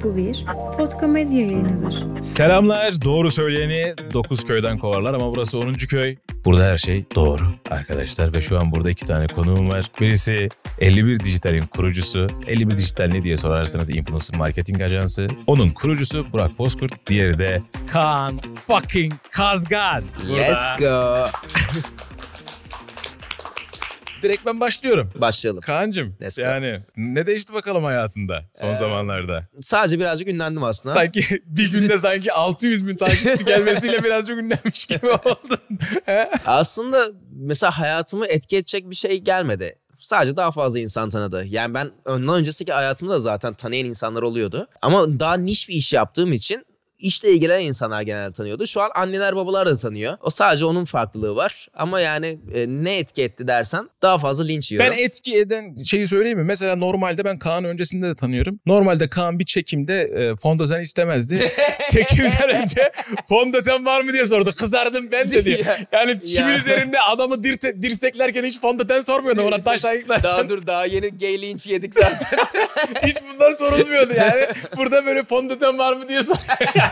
Bu bir Podkomedya yayınıdır. Selamlar. Doğru söyleyeni 9 köyden kovarlar ama burası 10. köy. Burada her şey doğru arkadaşlar ve şu an burada 2 tane konuğum var. Birisi 51 Dijital'in kurucusu. 51 Dijital ne diye sorarsanız influencer marketing ajansı. Onun kurucusu Burak Bozkurt. Diğeri de Kaan fucking Kazgan. Let's go. Direkt ben başlıyorum. Başlayalım. Kaan'cığım Let's go. yani ne değişti bakalım hayatında son zamanlarda? Sadece birazcık ünlendim aslında. Sanki bir günde sanki 600 bin takipçi gelmesiyle birazcık ünlenmiş gibi oldun. Aslında mesela hayatımı etki edecek bir şey gelmedi. Sadece daha fazla insan tanıdı. Yani ben ondan önceki hayatımda da zaten tanıyan insanlar oluyordu. Ama daha niş bir iş yaptığım için işle ilgilenen insanlar genelde tanıyordu. Şu an anneler babalar da tanıyor. O sadece onun farklılığı var. Ama yani ne etki etti dersen daha fazla linç yiyorum. Ben etki eden şeyi söyleyeyim mi? Mesela normalde ben Kaan'ı öncesinde de tanıyorum. Normalde Kaan bir çekimde fondöten istemezdi. Çekimden önce fondöten var mı diye sordu. Kızardım ben dedi. Yani çimin üzerinde adamı dirseklerken hiç fondöten sormuyordu. Ona taş ayıklarken. Daha yeni gay linç yedik zaten. Hiç bunlar sorulmuyordu yani. Burada böyle fondöten var mı diye soruyor.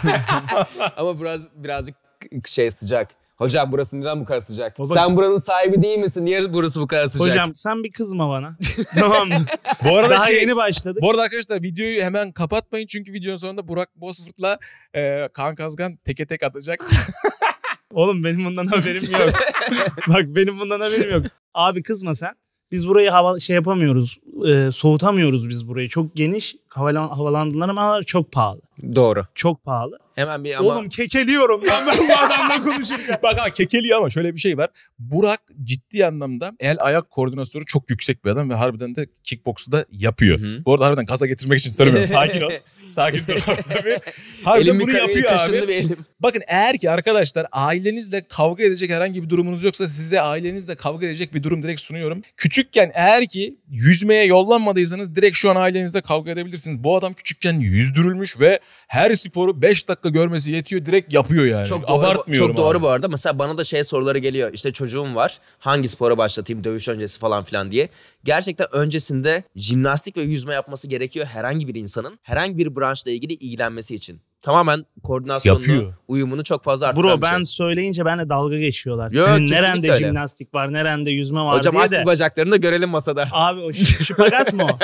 Ama birazcık sıcak. Hocam burası neden bu kadar sıcak? Baba, sen buranın sahibi değil misin? Niye burası bu kadar sıcak? hocam sen bir kızma bana. Tamam mı? Bu arada Daha yeni başladık. Bu arada arkadaşlar videoyu hemen kapatmayın. Çünkü videonun sonunda Burak Bozkurt'la Kaan Kazgan teke tek atacak. Oğlum benim bundan haberim yok. Bak benim bundan haberim yok. Abi kızma sen. Biz burayı yapamıyoruz. Soğutamıyoruz biz burayı. Çok geniş. Havalandırmalar çok pahalı. Doğru. Çok pahalı. Hemen bir ama... Oğlum kekeliyorum lan ben bu adamla konuşurken. Bak ama kekeliyor ama şöyle bir şey var. Burak ciddi anlamda el ayak koordinasyonu çok yüksek bir adam ve harbiden de kickboksu da yapıyor. Hı-hı. Bu arada harbiden gaza getirmek için söylemiyorum. Sakin ol. Sakin dur. Harbiden bunu yapıyor abi. Bir elim. Bakın eğer ki arkadaşlar ailenizle kavga edecek herhangi bir durumunuz yoksa size ailenizle kavga edecek bir durum direkt sunuyorum. Küçükken eğer ki yüzmeye yollanmadıysanız direkt şu an ailenizle kavga edebilirsiniz. Bu adam küçükken yüzdürülmüş ve her sporu 5 dakika görmesi yetiyor direkt yapıyor yani. Çok doğru, Abartmıyorum çok doğru abi. bu arada. Mesela bana da soruları geliyor. İşte çocuğum var. Hangi spora başlatayım dövüş öncesi falan filan diye. Gerçekten öncesinde jimnastik ve yüzme yapması gerekiyor herhangi bir insanın. Herhangi bir branşla ilgili ilgilenmesi için. Tamamen koordinasyonunu, Yapıyor. uyumunu çok fazla arttıran Bro bir şey. ben söyleyince benle dalga geçiyorlar. Yok, Senin kesinlikle nerede öyle. jimnastik var, nerede yüzme var Hocam diye aç de. bu bacaklarını da görelim masada. Abi o şıpagat mı o?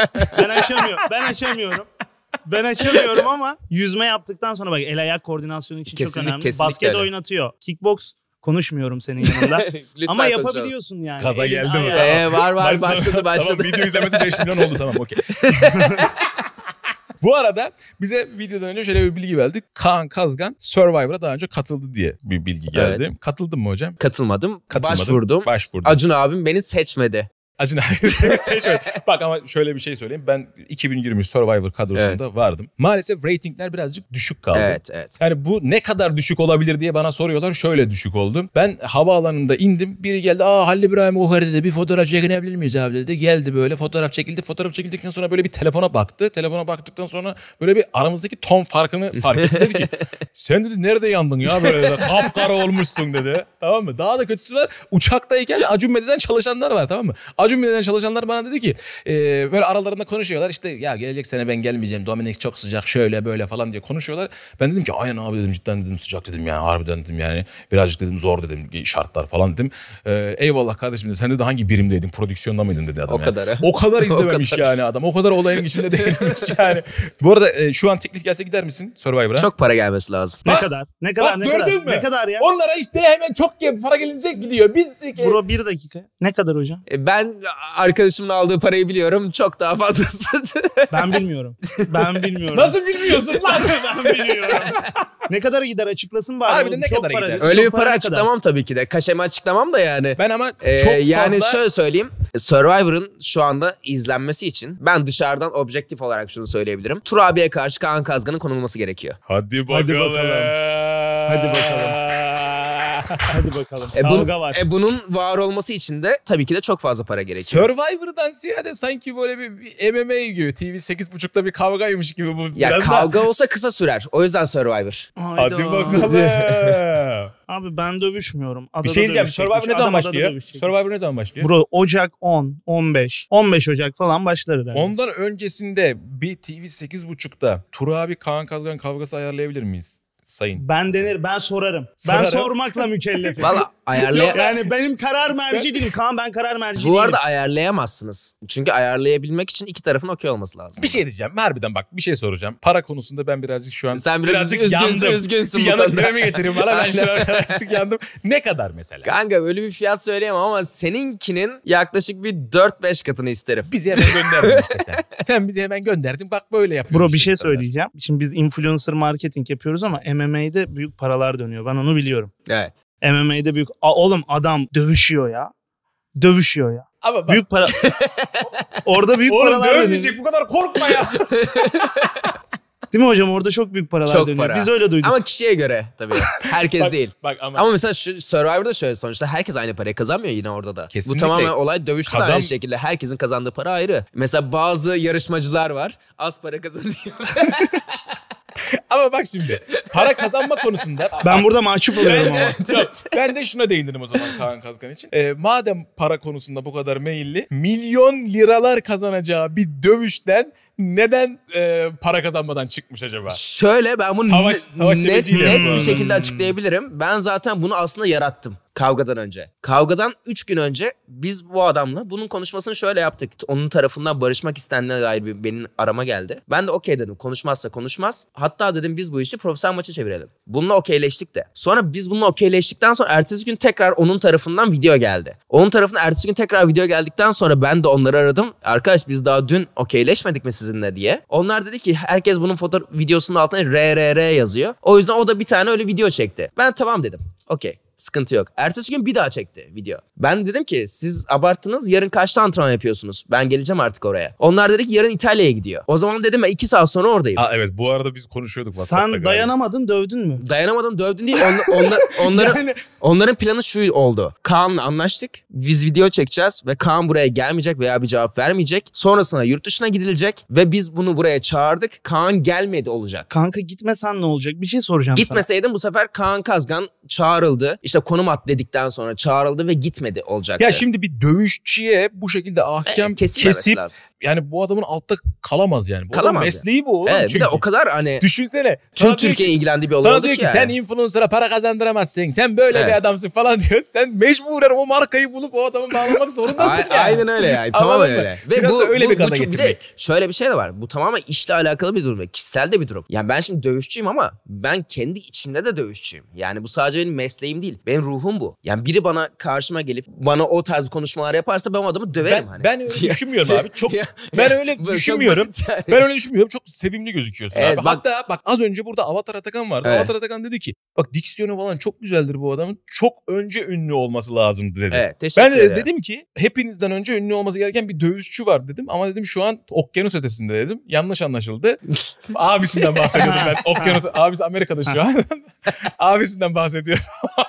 Ben açamıyorum ama yüzme yaptıktan sonra bak el ayak koordinasyonu için çok önemli. Basket öyle. oynatıyor. Kickbox konuşmuyorum senin yanında. Lütfen ama konuşalım. yapabiliyorsun yani. Kaza Elin geldi mi? ayağı. Var Maç başladı. sonu- Tamam video izlemesi 5 milyon oldu tamam okey. Bu arada bize videodan önce şöyle bir bilgi verdik. Kaan Kazgan Survivor'a daha önce katıldı diye bir bilgi geldi. Evet. Katıldın mı hocam? Katılmadım. Katılmadın. Başvurdum. Acun Acun abim beni seçmedi. abi seni seçmedi. Bak ama şöyle bir şey söyleyeyim. Ben 2020 Survivor kadrosunda vardım. Maalesef reytingler birazcık düşük kaldı. Evet. Yani bu ne kadar düşük olabilir diye bana soruyorlar. Şöyle düşük oldu. Ben havaalanında indim. Biri geldi. Halil İbrahim Uhari dedi. Bir fotoğraf çekinebilir miyiz abi dedi. Geldi böyle fotoğraf çekildi. Fotoğraf çekildikten sonra böyle bir telefona baktı. Telefona baktıktan sonra böyle bir aramızdaki ton farkını fark etti. Dedi ki sen dedi nerede yandın ya böyle dedi. Kapkara olmuşsun dedi. Tamam mı? Daha da kötüsü var. Uçaktayken Acun Medya'dan çalışanlar var tamam mı? Acun Medya'dan çalışanlar bana dedi ki böyle aralarında konuşuyorlar. İşte ya gelecek sene ben gelmeyeceğim. Dominik çok sıcak şöyle böyle falan diye konuşuyorlar. Ben dedim ki aynen abi dedim cidden dedim sıcak dedim yani harbiden dedim yani birazcık dedim zor dedim şartlar falan dedim. Eyvallah kardeşim dedi. Sen de hangi birimdeydin? Prodüksiyonda mıydın dedi adam. O kadar ha. O kadar izlememiş yani adam. O kadar olayın içinde değilmiş yani. Bu arada şu an teklif gelse gider misin Survivor'a? Çok para gelmesi lazım. Ne Bak, kadar? Bak gördün mü? Ne kadar ya? Onlara işte hemen çok para gelince gidiyor. Biz Bro bir dakika. Ne kadar hocam? Ben arkadaşımın aldığı parayı biliyorum. Çok daha fazlası. Ben bilmiyorum. Nasıl bilmiyorsun lan? Ben bilmiyorum. Ne kadar gider açıklasın bari. Harbiden ne Çok kadar gider? dedi. Öyle bir Çok para ne kadar? açıklamam tabii ki de. Kaşemi açıklamam da yani. Ben ama çok yani fazla... şöyle söyleyeyim. Survivor'ın şu anda izlenmesi için ben dışarıdan objektif olarak şunu söyleyebilirim. Tur abiye karşı Kaan Kazgan'ın konulması gerekiyor. Hadi bakalım. Hadi bakalım. Kavga var. Bunun var olması için de tabii ki de çok fazla para gerekiyor. Survivor'dan ziyade sanki böyle bir MMA gibi TV 8.30'da bir kavgaymış gibi bu. Ya biraz kavga olsa kısa sürer. O yüzden Survivor. Hadi bakalım. Abi ben dövüşmüyorum. Adada Bir şey diyeceğim. dövüşecekmiş. Survivor ne zaman Adam adada başlıyor? dövüşecekmiş. Survivor ne zaman başlıyor? Bro Ocak 10, 15. 15 Ocak falan başlar herhalde. Ondan öncesinde bir TV 8.30'da Tur abi Kaan Kazgan kavgası ayarlayabilir miyiz? Sayın. Ben sorarım. Ben Sorarım. sormakla mükellefim. Valla Yani benim karar merci değilim. Kaan ben karar merci değilim. Bu arada ayarlayamazsınız. Çünkü ayarlayabilmek için iki tarafın okey olması lazım. Bir şey diyeceğim. Harbiden bak bir şey soracağım. Para konusunda ben birazcık şu an... Sen biraz üzgünsün Bir bu yanık konuda. kremi getirin bana. Ben şu an birazcık yandım. Ne kadar mesela? Kanka öyle bir fiyat söyleyemem ama seninkinin yaklaşık bir 4-5 katını isterim. Bizi hemen gönderdin işte sen. Sen bizi hemen gönderdin. Bak böyle yapıyoruz. Bro işte bir şey insanlar. söyleyeceğim. Şimdi biz influencer marketing yapıyoruz ama MMA'de büyük paralar dönüyor. Ben onu biliyorum. Evet. MMA'de büyük... Oğlum adam dövüşüyor ya. Dövüşüyor ya. Ama bak. Büyük para... Orada büyük Oğlum paralar dönüyor. dövmeyecek bu kadar korkma ya. Değil mi hocam? Orada çok büyük paralar Çok dönüyor. para. Biz öyle duyduk. Ama kişiye göre tabii. Herkes Bak, değil. Bak ama. Ama mesela şu Survivor'da şöyle sonuçta herkes aynı parayı kazanmıyor yine orada da. Kesinlikle. Bu tamamen olay dövüşte de Kazan- aynı şekilde. Herkesin kazandığı para ayrı. Mesela bazı yarışmacılar var. Az para kazanıyor. Ama bak şimdi. Para kazanma konusunda. Ben burada mahcup oluyorum ama. Yok, ben de şuna değindim o zaman Kaan Kazgan için. Madem para konusunda bu kadar meyilli, milyon liralar kazanacağı bir dövüşten neden para kazanmadan çıkmış acaba? Şöyle ben bunu Savaş net çevirici yani bu bir arada. şekilde açıklayabilirim. Ben zaten bunu aslında yarattım kavgadan önce. Kavgadan 3 gün önce biz bu adamla bunun konuşmasını şöyle yaptık. Onun tarafından barışmak istendiğine dair benim arama geldi. Ben de okey dedim. Konuşmazsa konuşmaz. Hatta dedim biz bu işi profesyonel maça çevirelim. Bununla okeyleştik de. Sonra biz bununla okeyleştikten sonra ertesi gün tekrar onun tarafından video geldi. Onun tarafından ertesi gün tekrar video geldikten sonra ben de onları aradım. Arkadaş biz daha dün okeyleşmedik mi sizinle diye. Onlar dedi ki herkes bunun videosunun altına RRR yazıyor. O yüzden o da bir tane öyle video çekti. Ben tamam dedim. Okey. Sıkıntı yok. Ertesi gün bir daha çekti video. Ben dedim ki siz abarttınız, yarın kaçta antrenman yapıyorsunuz? Ben geleceğim artık oraya. Onlar dedi ki yarın İtalya'ya gidiyor. O zaman dedim ben 2 saat sonra oradayım. Aa, evet bu arada biz konuşuyorduk WhatsApp'ta Sen galiba. dayanamadın dövdün mü? Dayanamadın dövdün değil. Onların, Yani- onların planı şu oldu. Kaan'la anlaştık. Biz video çekeceğiz ve Kaan buraya gelmeyecek veya bir cevap vermeyecek. Sonrasında yurt dışına gidilecek ve biz bunu buraya çağırdık. Kaan gelmedi olacak. Kanka gitmesen ne olacak? Bir şey soracağım sana. Gitmeseydim bu sefer Kaan Kazgan çağrıldı. İşte konum at dedikten sonra çağrıldı ve gitmedi olacaktı. Ya şimdi bir dövüşçüye bu şekilde ahkam kesilmemesi kesip lazım. yani bu adamın altta kalamaz yani. Bu Kalamaz adamın mesleği bu oğlum Evet, bir çünkü. de o kadar hani Düşünsene. tüm Sana diyor Türkiye'ye ki- ilgilendiği bir olay Sana oldu diyor ki ki yani. sen influencer'a para kazandıramazsın. Sen böyle Evet. bir adamsın falan diyor. Sen mecburen o markayı bulup o adamı bağlamak zorundasın yani. Aynen öyle yani. Anladın Tamamen mı? öyle. Ve Biraz bu da öyle bir gaza çok- bir de getirmek. şöyle bir şey de var. Bu tamamen işle alakalı bir durum ve kişisel de bir durum. Yani ben şimdi dövüşçüyüm ama ben kendi içimde de dövüşçüyüm. Yani bu sadece benim mesleğim değil. Benim ruhum bu. Yani biri bana karşıma gelip bana o tarz konuşmalar yaparsa ben o adamı döverim hani. Ben öyle düşünmüyorum abi. Çok Ya- ben öyle Bu çok düşünmüyorum. basit yani. Ben öyle düşünmüyorum. Çok sevimli gözüküyorsun Evet, abi. bak- Hatta bak az önce burada Avatar Atakan vardı. Evet. Avatar Atakan dedi ki bak diksiyonu falan çok güzeldir bu adamın. Çok önce ünlü olması lazımdı dedi. Evet, teşekkür Ben de ederim. dedim ki hepinizden önce ünlü olması gereken bir dövüşçü var dedim. Ama dedim şu an okyanus ötesinde dedim. Yanlış anlaşıldı. Abisinden bahsediyordum ben. Okyanus, abisi Amerika'da şu an. Abisinden bahsediyorum.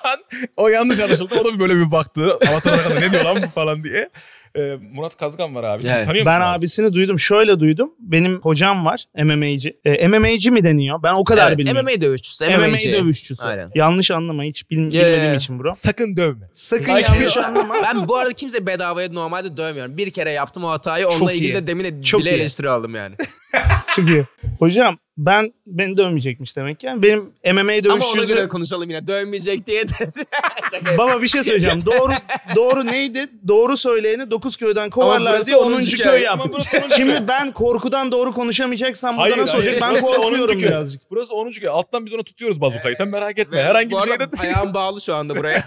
O yanlış anlaşıldı. O da böyle bir baktı. Avatar Atakan'a ne diyor lan bu falan diye. Murat Kazgan var abi. Evet. Tanıyor Ben musun abi? abisini duydum. Şöyle duydum. Benim hocam var MMA'ci. MMA'ci mi deniyor? Ben o kadar Evet, bilmiyorum. MMA dövüşçüsü. MMA MMA'ci. dövüşçüsü. Aynen. Yanlış anlama hiç bilmediğim için bro. Sakın dövme. Sakın Sakin yanlış ol. anlama. Ben bu arada kimse bedavaya normalde dövmüyorum. Bir kere yaptım o hatayı. Onunla Çok ilgili iyi. de demin Çok bile iyi. eleştiri aldım yani. Çok iyi. Hocam beni dövmeyecekmiş demek ki. Benim MMA Ama ona dövüşçüsü... göre konuşalım yine. Dövmeyecek diye de. Şaka Baba bir şey söyleyeceğim. Doğru neydi? Doğru söyleyeni 9 köyden kovarlar burası diye 10. 10. köy köy. Ama yaptık. burası 10. Şimdi ben korkudan doğru konuşamayacaksam burada nasıl olacak? Ben Burası korkuyorum 10. köy. birazcık. Burası 10. köy. Alttan biz ona tutuyoruz bazukayı. Sen merak etme. Ve Herhangi bu bir arada şeyde... ayağım bağlı şu anda buraya.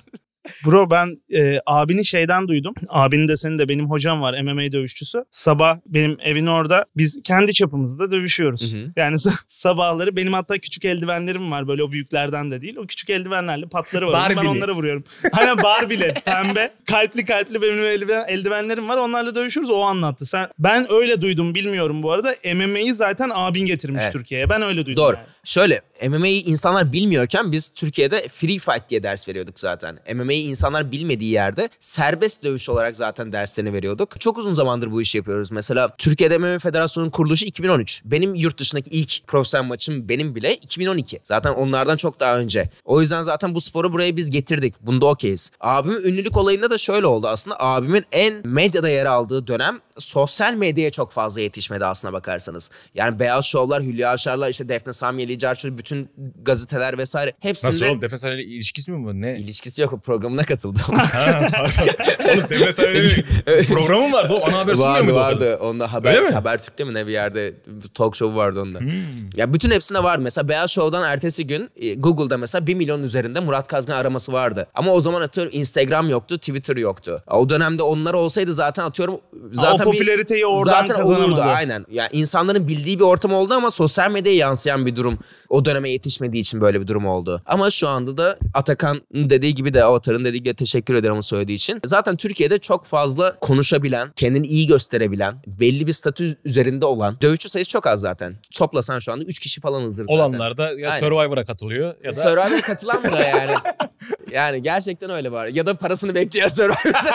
Bro ben abini şeyden duydum. Abinin de senin de benim hocam var MMA dövüşçüsü. Sabah benim evin orada biz kendi çapımızda dövüşüyoruz. Hı hı. Yani sabahları benim hatta küçük eldivenlerim var. Böyle o büyüklerden de değil. O küçük eldivenlerle patları var. Ben Barbie'li. onlara vuruyorum. Hani Barbie'li pembe kalpli benim eldivenlerim var. Onlarla dövüşürüz. O anlattı. Ben öyle duydum bilmiyorum bu arada. MMA'yi zaten abin getirmiş Evet. Türkiye'ye. Ben öyle duydum. Doğru. Yani. Şöyle MMA'yi insanlar bilmiyorken biz Türkiye'de Free Fight diye ders veriyorduk zaten. MMA'yi MMA'yi insanlar bilmediği yerde serbest dövüş olarak zaten derslerini veriyorduk. Çok uzun zamandır bu işi yapıyoruz. Mesela Türkiye'de MMA Federasyonu'nun kuruluşu 2013. Benim yurt dışındaki ilk profesyonel maçım benim bile 2012. Zaten onlardan çok daha önce. O yüzden zaten bu sporu buraya biz getirdik. Bunda okeyiz. Abimin ünlülük olayında da şöyle oldu aslında. Abimin en medyada yer aldığı dönem sosyal medyaya çok fazla yetişmedi aslına bakarsanız. Yani Beyaz Şovlar, Hülya Avşarlar, işte Defne Samyeli, Carçur, bütün gazeteler vesaire hepsinde... Nasıl oğlum? Defne Samyeli ilişkisi mi bu? Ne? İlişkisi yok. Programına katıldı. Ha, pardon. Oğlum Defne Samyeli'nin programı mı vardı? O ana haber sunmuyor muydu? Vardı. Onda Habertürk'te mi ne bir yerde talk show vardı onda. Ya bütün hepsinde vardı. Mesela Beyaz Show'dan ertesi gün Google'da mesela 1 milyon üzerinde Murat Kazgan araması vardı. Ama o zaman atıyorum Instagram yoktu, Twitter yoktu. O dönemde onlar olsaydı zaten atıyorum zaten o popülariteyi oradan kazanamadı. Olurdu, aynen. Yani insanların bildiği bir ortam oldu ama sosyal medyaya yansıyan bir durum. O döneme yetişmediği için böyle bir durum oldu. Ama şu anda da Atakan'ın dediği gibi de Avatar'ın dediği gibi teşekkür ederim onu söylediği için. Zaten Türkiye'de çok fazla konuşabilen, kendini iyi gösterebilen, belli bir statü üzerinde olan dövüşçü sayısı çok az zaten. Toplasan şu anda 3 kişi falan hızır zaten. Olanlar da ya aynen. Survivor'a katılıyor ya da... Survivor'a katılan mı da yani? Yani gerçekten öyle var. Ya da parasını bekleyen Survivor'da.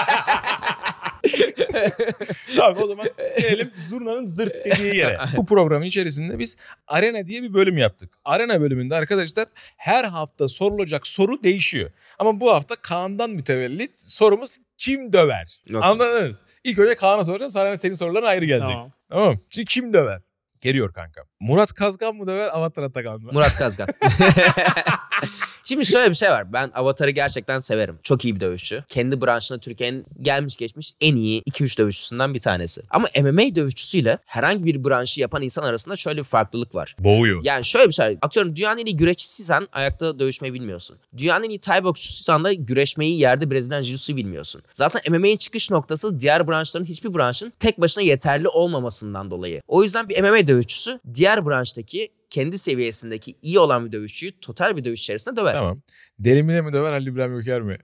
Tamam o zaman gelelim zurnanın zırt dediği yere. Bu programın içerisinde biz Arena diye bir bölüm yaptık. Arena bölümünde arkadaşlar her hafta sorulacak soru değişiyor. Ama bu hafta Kaan'dan mütevellit sorumuz kim döver? Okay. Anladınız? İlk önce Kaan'a soracağım sonra senin soruların ayrı gelecek. Tamam. Şimdi kim döver? Geliyor kanka. Murat Kazgan mı döver, Avatar Atakan mı? Murat Kazgan. Şimdi şöyle bir şey var. Ben Avatar'ı gerçekten severim. Çok iyi bir dövüşçü. Kendi branşında Türkiye'nin gelmiş geçmiş en iyi 2-3 dövüşçüsünden bir tanesi. Ama MMA dövüşçüsüyle herhangi bir branşı yapan insan arasında şöyle bir farklılık var. Boğuyor. Yani şöyle bir şey. Atıyorum dünyanın en iyi güreşçisiysen ayakta dövüşmeyi bilmiyorsun. Dünyanın en iyi Thai boksçusuysan da güreşmeyi, yerde Brezilyan Jiu-Jitsu'yu bilmiyorsun. Zaten MMA'nin çıkış noktası diğer branşların hiçbir branşın tek başına yeterli olmamasından dolayı. O yüzden bir MMA dövüşçüsü diğer branştaki kendi seviyesindeki iyi olan bir dövüşçüyü total bir dövüş içerisinde döver. Tamam. Delimine mi döver, Halil İbrahim Göker mi?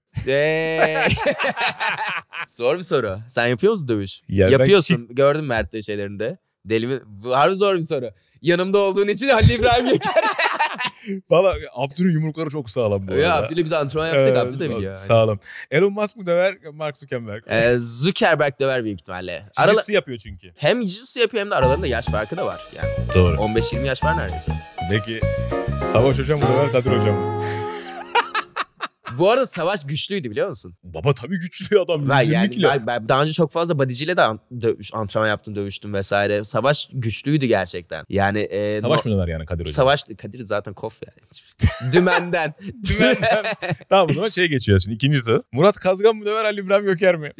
Zor bir soru. Sen yapıyor musun dövüş? Ya yapıyorsun. Gördüm Mert'te şeylerinde. Bu harbi zor bir soru. Yanımda olduğun için Halil İbrahim Göker. Valla Abdü'nün yumrukları çok sağlam bu arada. Ya Abdü'yle biz antrenman yaptık. Abdü de biliyor. Sağlam. Elon Musk mı döver, Mark Zuckerberg? Zuckerberg döver büyük ihtimalle. Jiu-Jitsu yapıyor çünkü. Hem jiu-jitsu yapıyor hem de aralarında yaş farkı da var. Yani Doğru. 15-20 yaş var neredeyse. Peki Savaş Hocam mı döver, Kadir Hocam mı? Bu arada Savaş güçlüydü biliyor musun? Baba tabii güçlü adam. Ben daha önce çok fazla bodyciyle de antrenman yaptım, dövüştüm vesaire. Savaş güçlüydü gerçekten. Yani Savaş mı döver yani Kadir Hocam? Savaş, Kadir zaten kof yani. Dümenden. Tamam o zaman geçiyor şimdi ikincisi. Murat Kazgan mı döver, Halil İbrahim Göker mi?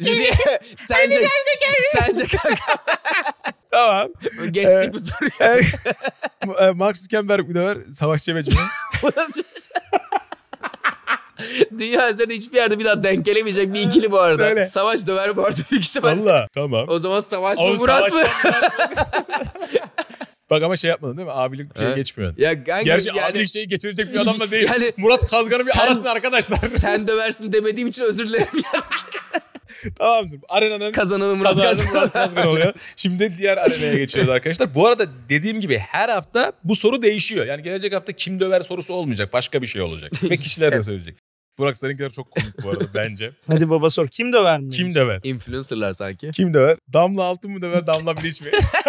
Sence kanka. Tamam. Geçtik bu soruyu. Mark Zuckerberg mi döver, Savaş Cebeci mi? Bu nasıl Dünya üzerinde hiçbir yerde bir daha denk gelemeyecek bir ikili bu arada. Öyle. Savaş döver bu arada büyük ihtimal. Valla. Tamam. O zaman Savaş mı Murat mı? Bak ama yapmadın değil mi? Abilik geçmiyorsun. Ya, gerçi yani, abilik şeyi getirecek bir adam da değil. Yani, Murat Kazgan'ı bir aratın arkadaşlar. Sen döversin demediğim için özür dilerim. Tamamdır. Arenanın kazananı Murat Kazgan oluyor. Şimdi diğer arenaya geçiyoruz arkadaşlar. Bu arada dediğim gibi her hafta bu soru değişiyor. Yani gelecek hafta kim döver sorusu olmayacak. Başka bir şey olacak. Ve kişiler de söyleyecek. Burak seninkiler çok komik bu arada bence. Hadi baba sor. Kim döver mi? Kim döver? Influencerlar sanki. Kim döver? Damla Altın mı döver, Damla Bilic mi?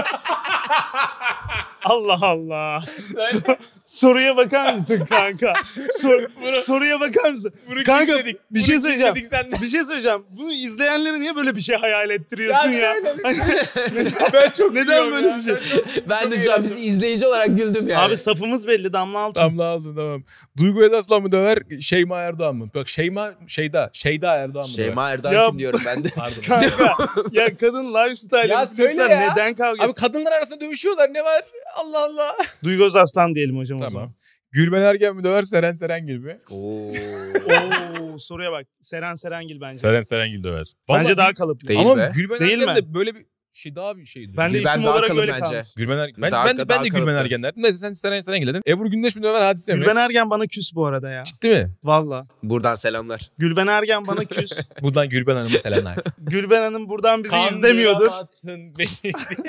Allah Allah. Soruya bakar mısın kanka? Soruya bakar mısın? Kanka bir şey söyleyeceğim. Bir şey söyleyeceğim. Bu izleyenlere niye böyle bir şey hayal ettiriyorsun ya? Ben çok neden böyle bir şey? Ben de şu an bizi izleyici olarak güldüm yani. Abi sapımız belli, Damla Altın. Damla Altın tamam. Duygu Özaslan mı döver, Şeyma Erdoğan mı? Bak Şeyda Erdoğan mı döver? Şeyma Erdoğan kim diyorum ben de. Pardon. Kanka ya kadın lifestyle Ya söyle ya. neden kavga? Abi kadınlar arasında dövüşüyorlar, ne var? Allah Allah. Duygu Özaslan diyelim hocam o zaman. Tamam. Gülben Ergen mi döver, Seren Serengil mi? Oo, soruya bak. Seren Serengil bence. Seren Serengil döver. Bence daha kalıplı. Değil ama be. Gülben Değil Ergen mi? de böyle bir daha bir şeydi. Ben de Gülben isim daha olarak kalıp öyle bence. kalmış. Gülben Ergen. Daha Ben de kalıplı. Gülben Ergen derdim. Neyse sen Seren Serengil dedin. Ebru Gündeş mi döver, Hadise mi? Gülben Ergen bana küs bu arada ya. Ciddi mi? Valla. Buradan selamlar. Gülben Ergen bana küs. Buradan Gülben Hanım'a selamlar. Gülben Hanım buradan bizi izlemiyordur. Kandıramazsın beni.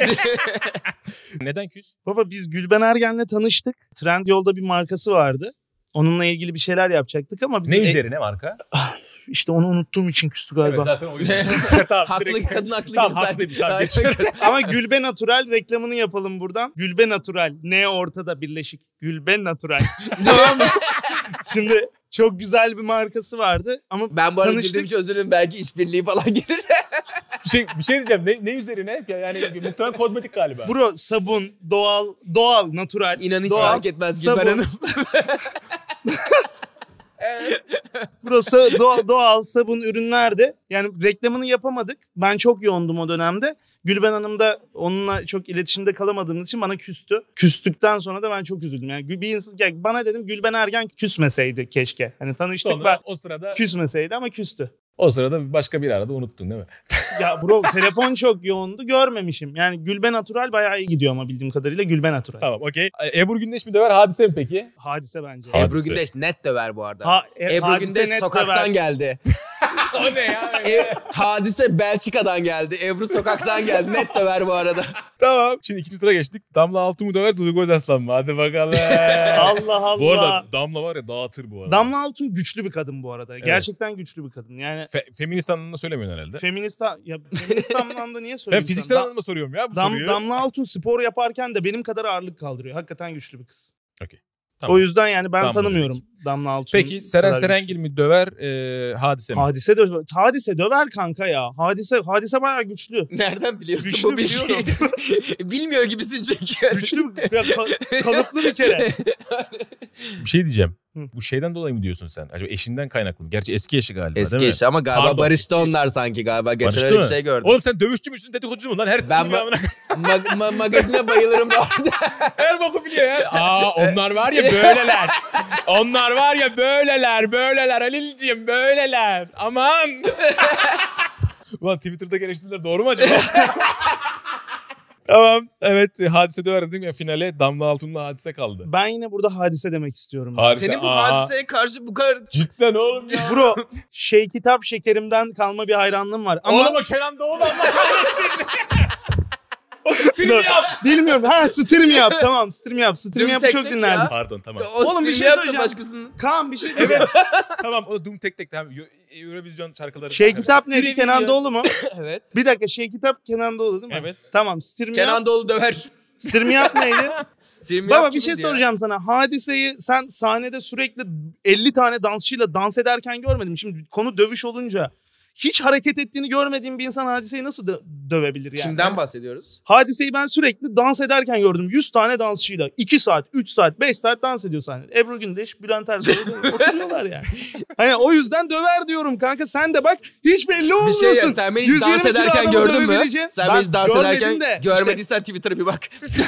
Neden küs? Baba biz Gülben Ergen'le tanıştık. Trendyol'da bir markası vardı. Onunla ilgili bir şeyler yapacaktık ama biz... Ne üzerine marka? İşte onu unuttuğum için küstü galiba. Evet, zaten o yüzden. Tamam, Haklı, direkt- kadın haklı Tamam, gibi sanki. haklıymış, tamam, Aynen. geçiyorum. Ama Gülbe Natural reklamını yapalım buradan. Gülbe Natural. N ortada birleşik. Gülbe Natural. Tamam mı? Şimdi çok güzel bir markası vardı ama Ben bu arada tanıştık. girdiğim için özür dilerim, belki işbirliği falan gelir. Bir şey diyeceğim. Ne üzerine? Yani muhtemelen kozmetik galiba. Bro sabun, doğal, natural. İnan hiç doğal, fark etmez Gülben sabun. Hanım. Burası doğal sabun ürünlerdi. Yani reklamını yapamadık. Ben çok yoğundum o dönemde. Gülben Hanım da onunla çok iletişimde kalamadığımız için bana küstü. Küstükten sonra da ben çok üzüldüm. Yani bana dedim Gülben Ergen küsmeseydi keşke. Hani tanıştık Sonra o sırada küsmeseydi ama küstü. başka bir arada unuttun değil mi? Ya bro telefon çok yoğundu görmemişim. Yani Gülben Natural bayağı iyi gidiyor ama bildiğim kadarıyla Gülben Natural. Tamam, okey. Ebru Gündeş mi döver, Hadise mi peki? Hadise bence. Hadise. Ebru Gündeş net döver bu arada. Ebru Hadise Gündeş net sokaktan döver. geldi. O ne ya? Hadise Belçika'dan geldi. Ebru sokaktan geldi. Net döver bu arada. Tamam. Şimdi ikinci tura geçtik. Damla Altun mu döver, Duygu Özaslan mı? Hadi bakalım. Allah Allah. Bu arada Damla var ya, dağıtır bu arada. Damla Altun güçlü bir kadın bu arada. Gerçekten güçlü bir kadın. Yani Feminist anlamında söylemiyorsun herhalde. feminist anlamda niye Ben söyleyeyim? fiziksel anlamda soruyorum ya bu soruyu. Damla Altun spor yaparken de benim kadar ağırlık kaldırıyor. Hakikaten güçlü bir kız. Okey. Tamam. O yüzden yani ben Tamam, tanımıyorum Damla Altun'u. Peki Seren Serengil mi döver, Hadise mi? Hadise döver kanka ya. Hadise bayağı güçlü. Nereden biliyorsun Güçlü bu bilgiyi? biliyorum. Bilmiyor gibisin çünkü. Güçlü kalıplı bir kere. Bir şey diyeceğim. Hı. Bu şeyden dolayı mı diyorsun sen? Acaba eşinden kaynaklı mı? Gerçi eski eşi galiba, Eski değil mi? eşi ama galiba Pardon, barıştı eski onlar sanki galiba. Geçen Barıştı öyle bir mı? şey gördüm. Oğlum sen dövüşçü müsün, dedikoducu mu lan? Her Ben sikim bir amına. magazine bayılırım bu arada. Her boku biliyor ya. Onlar var ya böyleler. Onlar var ya böyleler. Halilciğim böyleler. Aman. Ulan Twitter'da eleştiriler doğru mu acaba? Tamam. Evet, Hadise döver dedim ya, finale Damla Altun'la Hadise kaldı. Ben yine burada Hadise demek istiyorum. Hadise. Senin bu hadiseye karşı bu kadar... Cidden oğlum ya. Bro Kitap Şekerim'den kalma bir hayranlığım var. Ama Oğlum o Kenan Doğulu Allah kahretsin. O stream yap. bilmiyorum. Stream yap. Tamam stream yap. Stream Düm yapı tek çok tek dinlerdim. ya. Pardon, tamam. Oğlum, bir şey yaptı söyleyeceğim. başkasının. Kaan bir şey diyeceğim. Tamam, o Doom tek tamam. Eurovision şarkıları. Kitap neydi? Kenan Doğulu mu? Evet. Bir dakika Kitap Kenan Doğulu değil mi? Evet. Tamam stream yap. Kenan Doğulu döver. Stream yap neydi? Stream Baba yap bir şey kimdi ya? soracağım sana. Hadiseyi sen sahnede sürekli 50 tane dansçıyla dans ederken görmedim. Şimdi konu dövüş olunca hiç hareket ettiğini görmediğim bir insan Hadiseyi nasıl dövebilir yani? Kimden bahsediyoruz? Hadiseyi ben sürekli dans ederken gördüm. 100 tane dansçıyla 2 saat, 3 saat, 5 saat dans ediyor sahnede. Ebru Gündeş, Bülent Ersoy oturuyorlar yani. Hani o yüzden döver diyorum kanka. Sen de bak hiç belli Bir olmuyorsun. şey ya, sen beni 120 dans kilo ederken adamı gördün mü? dövebileceksin. Sen Ben beni dans görmedim ederken de. görmediysen Twitter'a bir bak.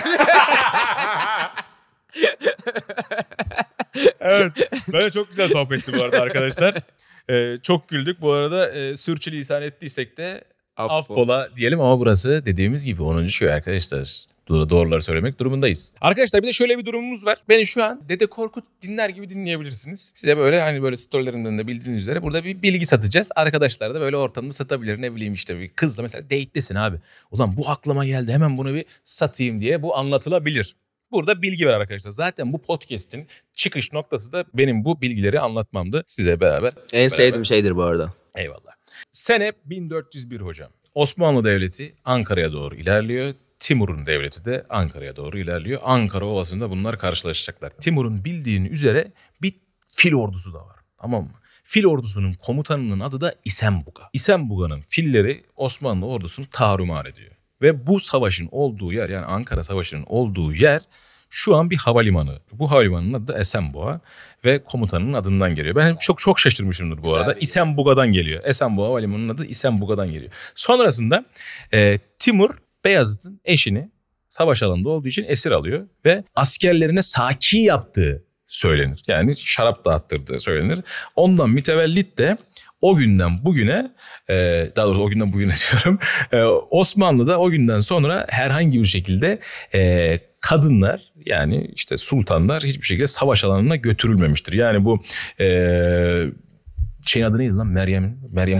Evet. Böyle çok güzel sohbetti bu arada arkadaşlar. Çok güldük. Bu arada sürçülisan ettiysek de affola diyelim, ama burası dediğimiz gibi 10. köy arkadaşlar. Doğruları söylemek durumundayız. Arkadaşlar bir de şöyle bir durumumuz var. Beni şu an Dede Korkut dinler gibi dinleyebilirsiniz. Size böyle hani böyle storylerimden de bildiğiniz üzere burada bir bilgi satacağız. Arkadaşlar da böyle ortamda satabilir. Ne bileyim işte bir kızla mesela date'desin abi. Ulan bu aklıma geldi, hemen bunu bir satayım diye bu anlatılabilir. Burada bilgi var arkadaşlar. Zaten bu podcast'in çıkış noktası da benim bu bilgileri anlatmamdı size beraber. En sevdiğim şeydir bu arada. Eyvallah. Sene 1401 hocam. Osmanlı Devleti Ankara'ya doğru ilerliyor. Timur'un devleti de Ankara'ya doğru ilerliyor. Ankara Ovası'nda bunlar karşılaşacaklar. Timur'un bildiğin üzere bir fil ordusu da var. Tamam mı? Fil ordusunun komutanının adı da İsembuga. İsembuga'nın filleri Osmanlı ordusunu tarumar ediyor. Ve bu savaşın olduğu yer, yani Ankara Savaşı'nın olduğu yer şu an bir havalimanı. Bu havalimanının adı da Esenboğa ve komutanının adından geliyor. Ben çok şaşırmışımdır bu arada. İsembuga'dan geliyor. Esenboğa Havalimanı'nın adı İsembuga'dan geliyor. Sonrasında Timur Beyazıt'ın eşini savaş alanında olduğu için esir alıyor ve askerlerine saki yaptığı söylenir. Yani şarap dağıttırdığı söylenir. Ondan mütevellit de o günden bugüne, daha doğrusu o günden bugüne diyorum, Osmanlı'da o günden sonra herhangi bir şekilde kadınlar, yani işte sultanlar hiçbir şekilde savaş alanına götürülmemiştir. Yani bu şeyin adı neydi lan? Meryem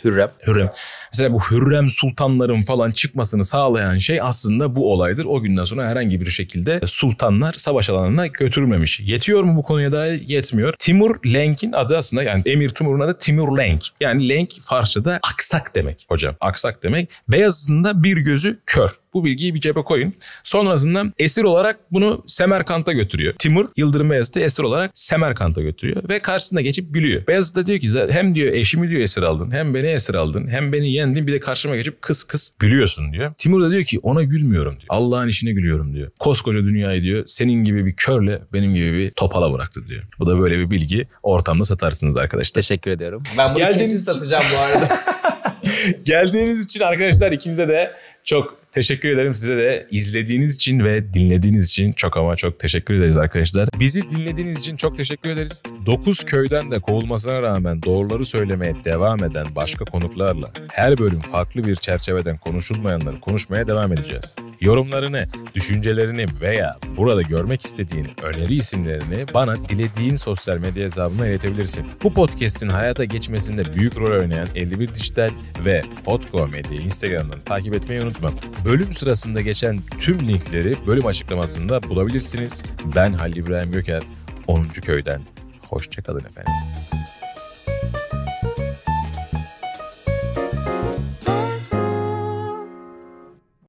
Hürrem. Hürrem. Mesela bu Hürrem sultanların falan çıkmasını sağlayan şey aslında bu olaydır. O günden sonra herhangi bir şekilde sultanlar savaş alanına götürülmemiş. Yetiyor mu bu konuya dair? Yetmiyor. Timur Lenk'in adı aslında, yani Emir Timur'un adı Timur Lenk. Yani Lenk Farsça'da aksak demek hocam. Aksak demek. Beyazıt'ın bir gözü kör. Bu bilgiyi bir cebe koyun. Sonrasında esir olarak bunu Semerkant'a götürüyor. Timur Yıldırım Beyazıt'ı esir olarak Semerkant'a götürüyor ve karşısına geçip gülüyor. Beyazıt da diyor ki hem diyor eşimi diyor esir aldın, hem beni esir aldın, hem beni yendin, bir de karşıma geçip kıs kıs gülüyorsun diyor. Timur da diyor ki ona gülmüyorum diyor. Allah'ın işine gülüyorum diyor. Koskoca dünyayı diyor senin gibi bir körle benim gibi bir topala bıraktı diyor. Bu da böyle bir bilgi, ortamda satarsınız arkadaşlar. Teşekkür ediyorum. Ben bunu Geldiğiniz kesin için- satacağım bu arada. Geldiğiniz için arkadaşlar ikinize de çok teşekkür ederim. Size de izlediğiniz için ve dinlediğiniz için çok ama çok teşekkür ederiz arkadaşlar. Bizi dinlediğiniz için çok teşekkür ederiz. 9 köyden de kovulmasına rağmen doğruları söylemeye devam eden başka konuklarla her bölüm farklı bir çerçeveden konuşulmayanları konuşmaya devam edeceğiz. Yorumlarını, düşüncelerini veya burada görmek istediğin öneri isimlerini bana dilediğin sosyal medya hesabına iletebilirsin. Bu podcast'in hayata geçmesinde büyük rol oynayan 51 Dijital ve Podco Medya'yı Instagram'dan takip etmeyi unutma. Bölüm sırasında geçen tüm linkleri bölüm açıklamasında bulabilirsiniz. Ben Halil İbrahim Göker, 10. Köy'den. Hoşça kalın efendim.